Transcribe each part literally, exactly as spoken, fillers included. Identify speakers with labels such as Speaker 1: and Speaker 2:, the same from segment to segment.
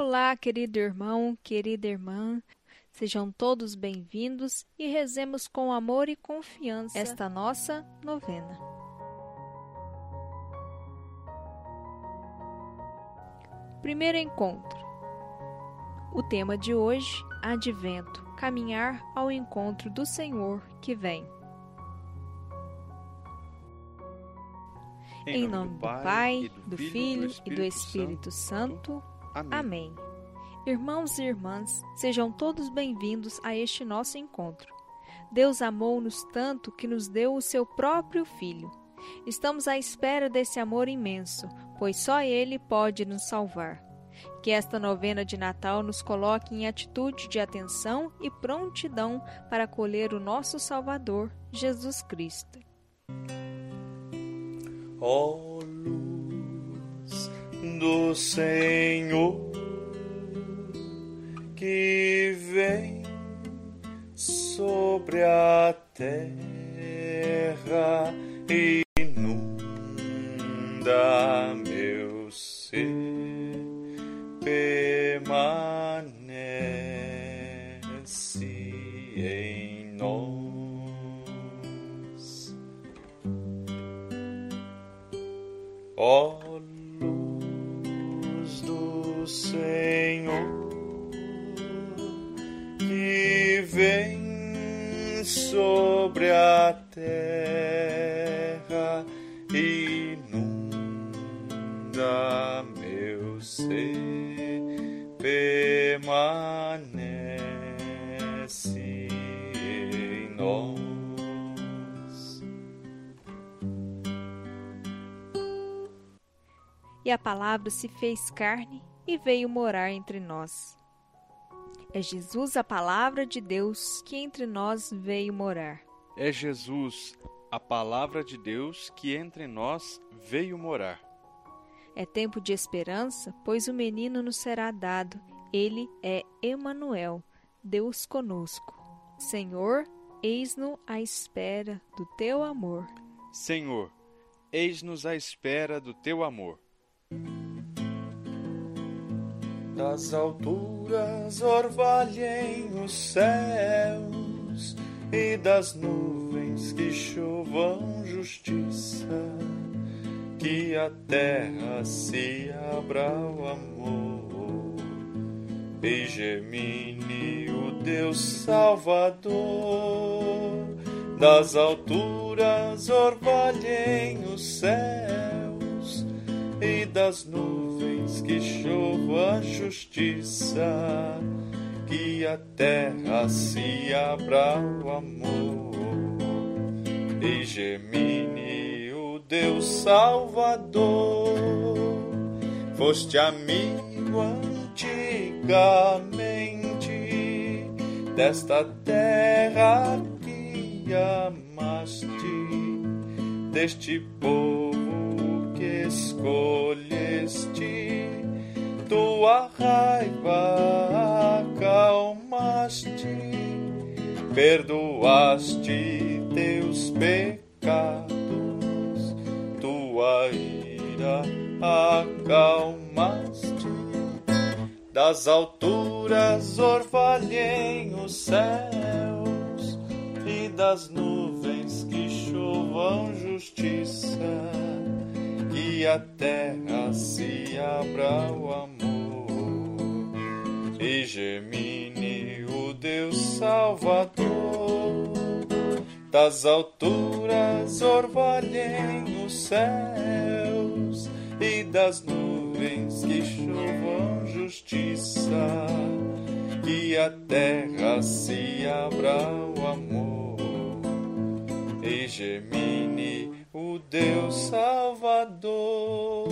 Speaker 1: Olá, querido irmão, querida irmã, sejam todos bem-vindos e rezemos com amor e confiança esta nossa novena. Primeiro encontro. O tema de hoje, Advento, caminhar ao encontro do Senhor que vem. Em nome do Pai, do Filho e do Espírito Santo. Amém. Irmãos e irmãs, sejam todos bem-vindos a este nosso encontro. Deus amou-nos tanto que nos deu o seu próprio Filho. Estamos à espera desse amor imenso, pois só Ele pode nos salvar. Que esta novena de Natal nos coloque em atitude de atenção e prontidão para acolher o nosso Salvador, Jesus Cristo.
Speaker 2: Ó luz do Senhor, que vem sobre a terra e inunda meu ser, permanece em nós. Ó luz do Senhor, que vem sobre a terra e inunda meu ser, permanece em nós.
Speaker 1: E a palavra se fez carne e veio morar entre nós. É Jesus, a palavra de Deus, que entre nós veio morar.
Speaker 3: É Jesus, a palavra de Deus, que entre nós veio morar.
Speaker 1: É tempo de esperança, pois o menino nos será dado. Ele é Emanuel, Deus conosco. Senhor, eis-nos à espera do teu amor.
Speaker 3: Senhor, eis-nos à espera do teu amor.
Speaker 2: Das alturas orvalhem os céus, e das nuvens que chovam justiça, que a terra se abra ao amor, e gemine o Deus Salvador. Das alturas orvalhem os céus, e das nuvens que chova a justiça, que a terra se abra ao amor, e gemine o Deus Salvador. Foste amigo antigamente desta terra que amaste, deste povo que escolheste, tua raiva acalmaste, perdoaste teus pecados, tua ira acalmaste. Das alturas orvalhem os céus, e das nuvens que chovam justiça, que a terra se abra ao amor, e gemine o Deus Salvador. Das alturas orvalhem os céus, e das nuvens que chovam justiça, que a terra se abra ao amor, e gemine o Deus Salvador.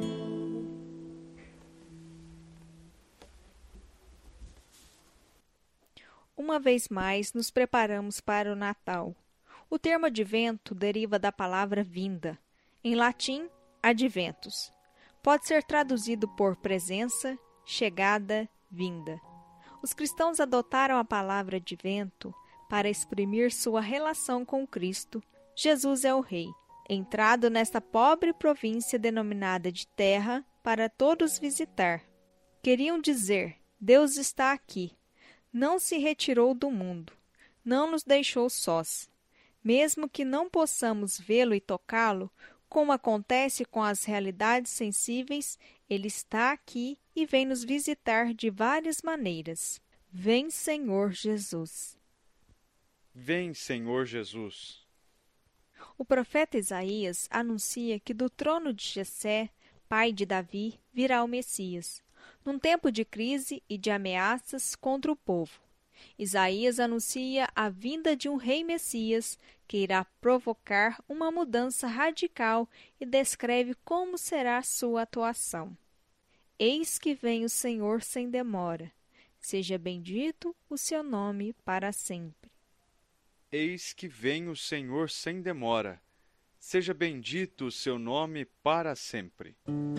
Speaker 1: Uma vez mais, nos preparamos para o Natal. O termo advento deriva da palavra vinda, em latim, adventus. Pode ser traduzido por presença, chegada, vinda. Os cristãos adotaram a palavra advento para exprimir sua relação com Cristo. Jesus é o Rei, entrado nesta pobre província denominada de terra para todos visitar. Queriam dizer: Deus está aqui. Não se retirou do mundo. Não nos deixou sós. Mesmo que não possamos vê-lo e tocá-lo, como acontece com as realidades sensíveis, ele está aqui e vem nos visitar de várias maneiras. Vem, Senhor Jesus.
Speaker 3: Vem, Senhor Jesus.
Speaker 1: O profeta Isaías anuncia que do trono de Jessé, pai de Davi, virá o Messias, num tempo de crise e de ameaças contra o povo. Isaías anuncia a vinda de um rei Messias que irá provocar uma mudança radical e descreve como será sua atuação. Eis que vem o Senhor sem demora. Seja bendito o seu nome para sempre.
Speaker 3: Eis que vem o Senhor sem demora. Seja bendito o seu nome para sempre.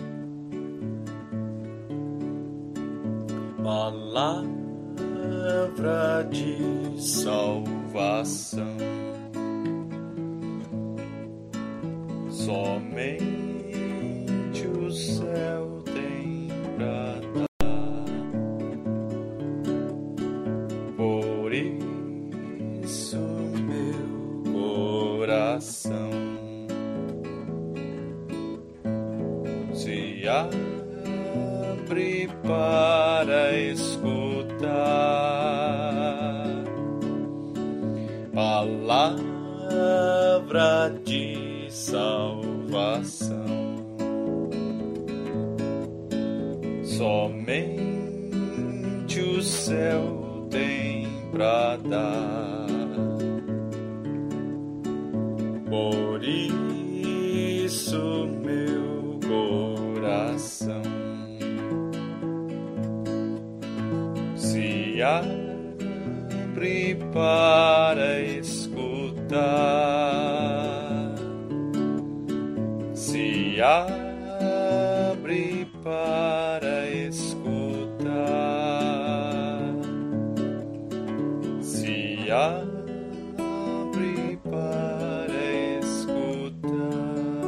Speaker 2: Palavra de salvação. Somente o céu tem pra dar. Por isso meu coração se abre para escutar palavra de salvação. Somente o céu tem pra dar. Por isso meu coração se abre para escutar, se abre para escutar, se abre para escutar.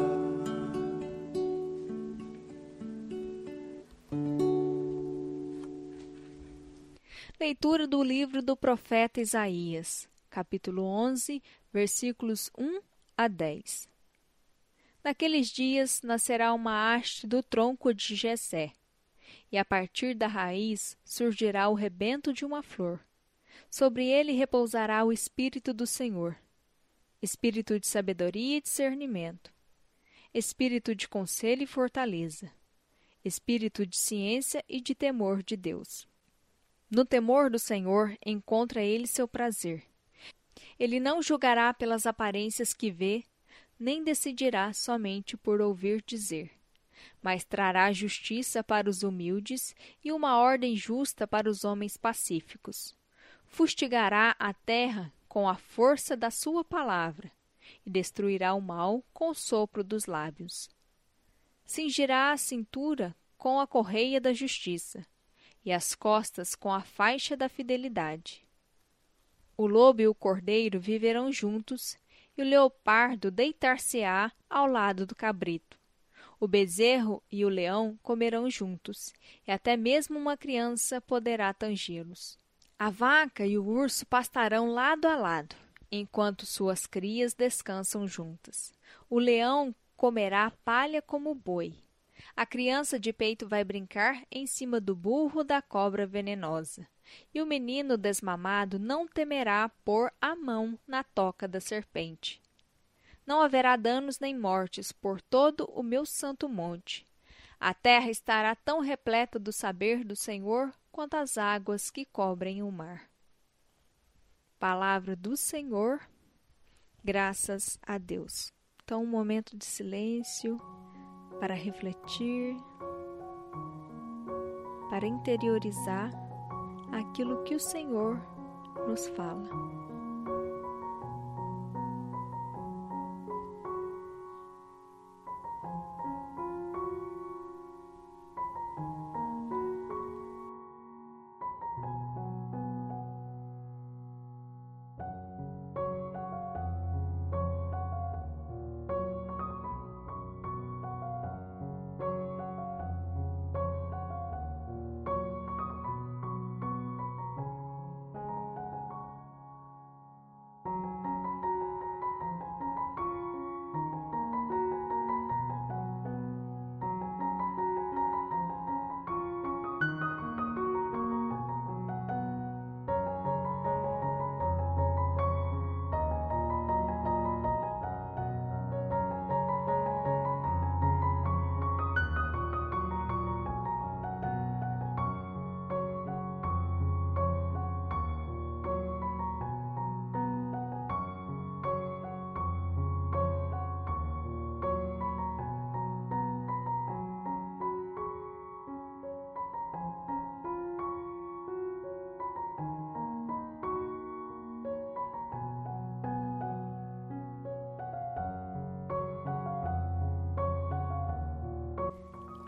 Speaker 1: Leitura do livro do profeta Isaías, capítulo onze, versículos um a dez. Naqueles dias nascerá uma haste do tronco de Jessé, e a partir da raiz surgirá o rebento de uma flor. Sobre ele repousará o Espírito do Senhor, Espírito de sabedoria e discernimento, Espírito de conselho e fortaleza, Espírito de ciência e de temor de Deus. No temor do Senhor encontra ele seu prazer. Ele não julgará pelas aparências que vê, nem decidirá somente por ouvir dizer, mas trará justiça para os humildes e uma ordem justa para os homens pacíficos. Fustigará a terra com a força da sua palavra e destruirá o mal com o sopro dos lábios. Cingirá a cintura com a correia da justiça e as costas com a faixa da fidelidade. O lobo e o cordeiro viverão juntos, e o leopardo deitar-se-á ao lado do cabrito. O bezerro e o leão comerão juntos, e até mesmo uma criança poderá tangê-los. A vaca e o urso pastarão lado a lado, enquanto suas crias descansam juntas. O leão comerá palha como o boi. A criança de peito vai brincar em cima do burro da cobra venenosa, e o menino desmamado não temerá pôr a mão na toca da serpente. Não haverá danos nem mortes por todo o meu santo monte. A terra estará tão repleta do saber do Senhor quanto as águas que cobrem o mar. Palavra do Senhor, graças a Deus. Então, um momento de silêncio para refletir, para interiorizar aquilo que o Senhor nos fala.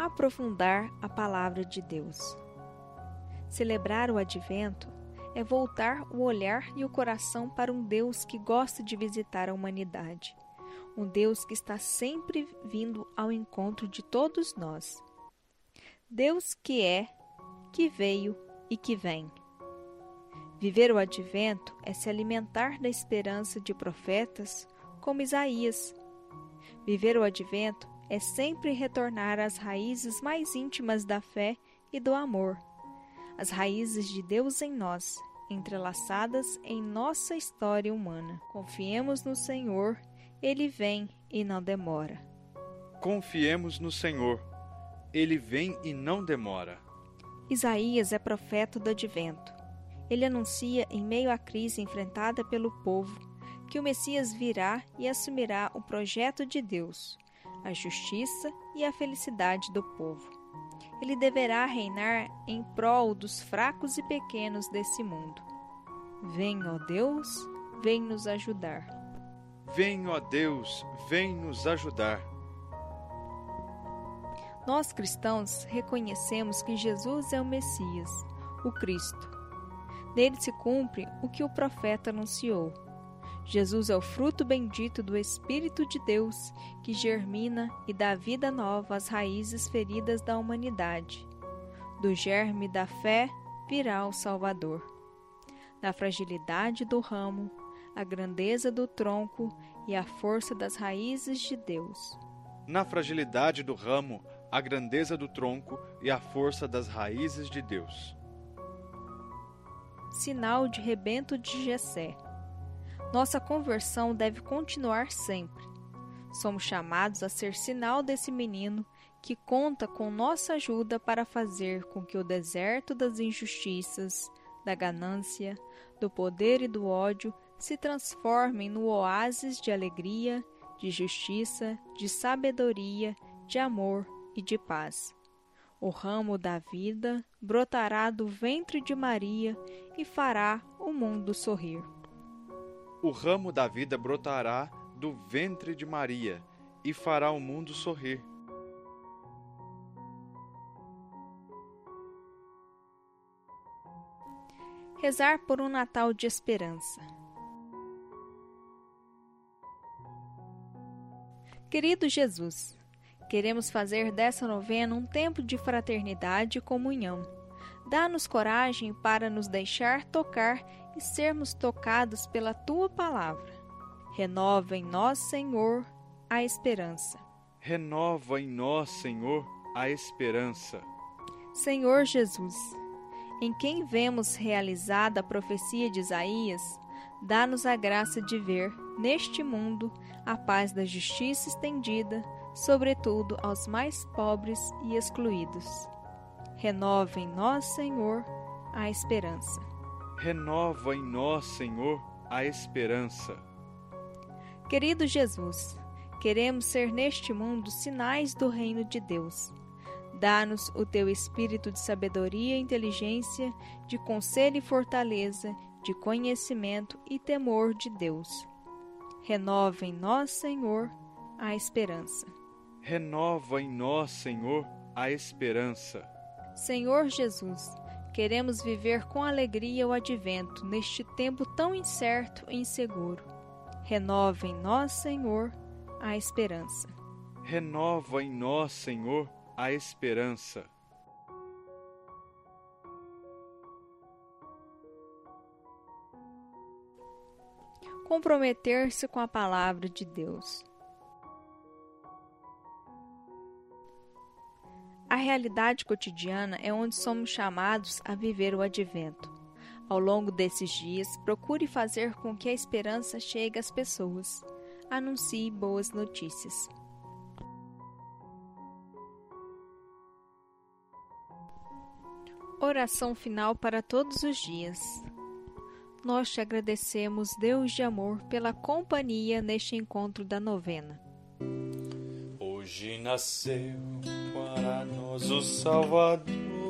Speaker 1: aprofundar a palavra de Deus. Celebrar o Advento é voltar o olhar e o coração para um Deus que gosta de visitar a humanidade, um Deus que está sempre vindo ao encontro de todos nós. Deus que é, que veio e que vem. Viver o Advento é se alimentar da esperança de profetas como Isaías. Viver o Advento é sempre retornar às raízes mais íntimas da fé e do amor, as raízes de Deus em nós, entrelaçadas em nossa história humana. Confiemos no Senhor, Ele vem e não demora.
Speaker 3: Confiemos no Senhor, Ele vem e não demora.
Speaker 1: Isaías é profeta do Advento. Ele anuncia, em meio à crise enfrentada pelo povo, que o Messias virá e assumirá o projeto de Deus, a justiça e a felicidade do povo. Ele deverá reinar em prol dos fracos e pequenos desse mundo. Vem, ó Deus, vem nos ajudar.
Speaker 3: Vem, ó Deus, vem nos ajudar.
Speaker 1: Nós cristãos reconhecemos que Jesus é o Messias, o Cristo. Nele se cumpre o que o profeta anunciou. Jesus é o fruto bendito do Espírito de Deus, que germina e dá vida nova às raízes feridas da humanidade. Do germe da fé virá o Salvador. Na fragilidade do ramo, a grandeza do tronco e a força das raízes de Deus.
Speaker 3: Na fragilidade do ramo, a grandeza do tronco e a força das raízes de Deus.
Speaker 1: Sinal de rebento de Jessé. Nossa conversão deve continuar sempre. Somos chamados a ser sinal desse menino que conta com nossa ajuda para fazer com que o deserto das injustiças, da ganância, do poder e do ódio se transformem no oásis de alegria, de justiça, de sabedoria, de amor e de paz. O ramo da vida brotará do ventre de Maria e fará o mundo sorrir.
Speaker 3: O ramo da vida brotará do ventre de Maria e fará o mundo sorrir.
Speaker 1: Rezar por um Natal de esperança. Querido Jesus, queremos fazer dessa novena um tempo de fraternidade e comunhão. Dá-nos coragem para nos deixar tocar e sermos tocados pela Tua Palavra. Renova em nós, Senhor, a esperança.
Speaker 3: Renova em nós, Senhor, a esperança.
Speaker 1: Senhor Jesus, em quem vemos realizada a profecia de Isaías, dá-nos a graça de ver, neste mundo, a paz da justiça estendida, sobretudo aos mais pobres e excluídos. Renova em nós, Senhor, a esperança.
Speaker 3: Renova em nós, Senhor, a esperança.
Speaker 1: Querido Jesus, queremos ser neste mundo sinais do reino de Deus. Dá-nos o Teu espírito de sabedoria e inteligência, de conselho e fortaleza, de conhecimento e temor de Deus. Renova em nós, Senhor, a esperança.
Speaker 3: Renova em nós, Senhor, a esperança.
Speaker 1: Senhor Jesus, queremos viver com alegria o Advento neste tempo tão incerto e inseguro. Renova em nós, Senhor, a esperança.
Speaker 3: Renova em nós, Senhor, a esperança.
Speaker 1: Comprometer-se com a palavra de Deus. A realidade cotidiana é onde somos chamados a viver o Advento. Ao longo desses dias, procure fazer com que a esperança chegue às pessoas. Anuncie boas notícias. Oração final para todos os dias. Nós te agradecemos, Deus de amor, pela companhia neste encontro da novena.
Speaker 2: Hoje nasceu para nós o Salvador,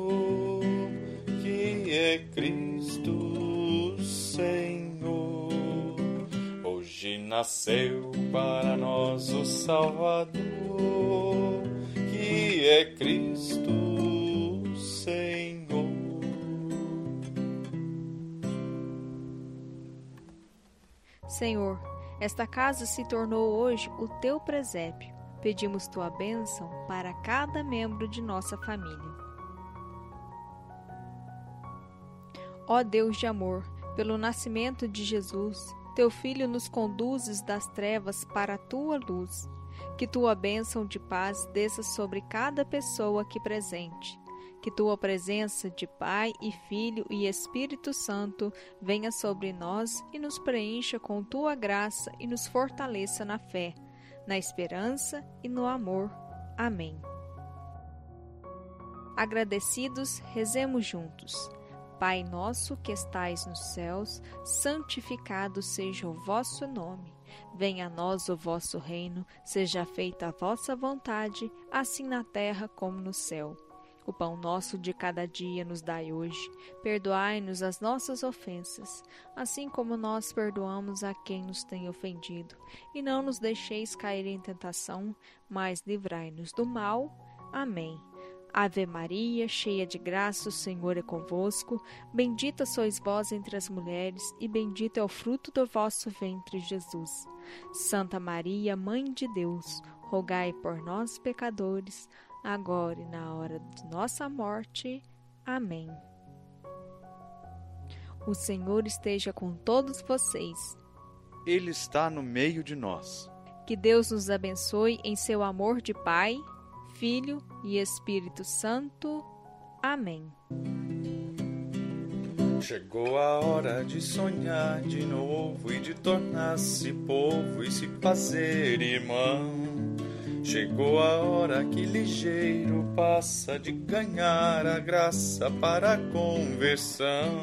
Speaker 2: que é Cristo Senhor. Hoje nasceu para nós o Salvador, que que é Cristo Senhor.
Speaker 1: Senhor, esta casa se tornou hoje o teu presépio. Pedimos tua bênção para cada membro de nossa família. Ó Deus de amor, pelo nascimento de Jesus, teu Filho nos conduzes das trevas para a tua luz. Que tua bênção de paz desça sobre cada pessoa aqui presente. Que tua presença de Pai e Filho e Espírito Santo venha sobre nós e nos preencha com tua graça e nos fortaleça na fé, na esperança e no amor. Amém. Agradecidos, rezemos juntos. Pai nosso que estais nos céus, santificado seja o vosso nome. Venha a nós o vosso reino, seja feita a vossa vontade, assim na terra como no céu. O pão nosso de cada dia nos dai hoje. Perdoai-nos as nossas ofensas, assim como nós perdoamos a quem nos tem ofendido. E não nos deixeis cair em tentação, mas livrai-nos do mal. Amém. Ave Maria, cheia de graça, o Senhor é convosco. Bendita sois vós entre as mulheres, e bendito é o fruto do vosso ventre, Jesus. Santa Maria, Mãe de Deus, rogai por nós, pecadores, agora e na hora de nossa morte. Amém. O Senhor esteja com todos vocês.
Speaker 3: Ele está no meio de nós.
Speaker 1: Que Deus nos abençoe em seu amor de Pai, Filho e Espírito Santo. Amém.
Speaker 2: Chegou a hora de sonhar de novo e de tornar-se povo e se fazer irmão. Chegou a hora que ligeiro passa de ganhar a graça para a conversão.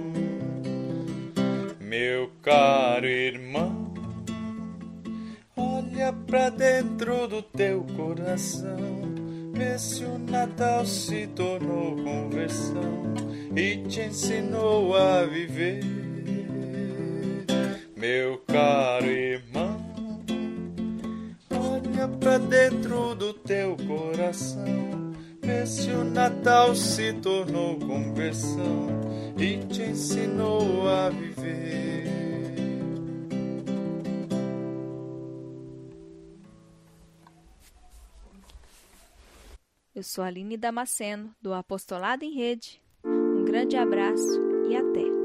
Speaker 2: Meu caro irmão, olha pra dentro do teu coração, vê se o Natal se tornou conversão e te ensinou a viver. Meu caro irmão, olha pra dentro do teu coração, vê se o Natal se tornou conversão e te ensinou a viver.
Speaker 1: Eu sou a Aline Damasceno, do Apostolado em Rede. Um grande abraço e até!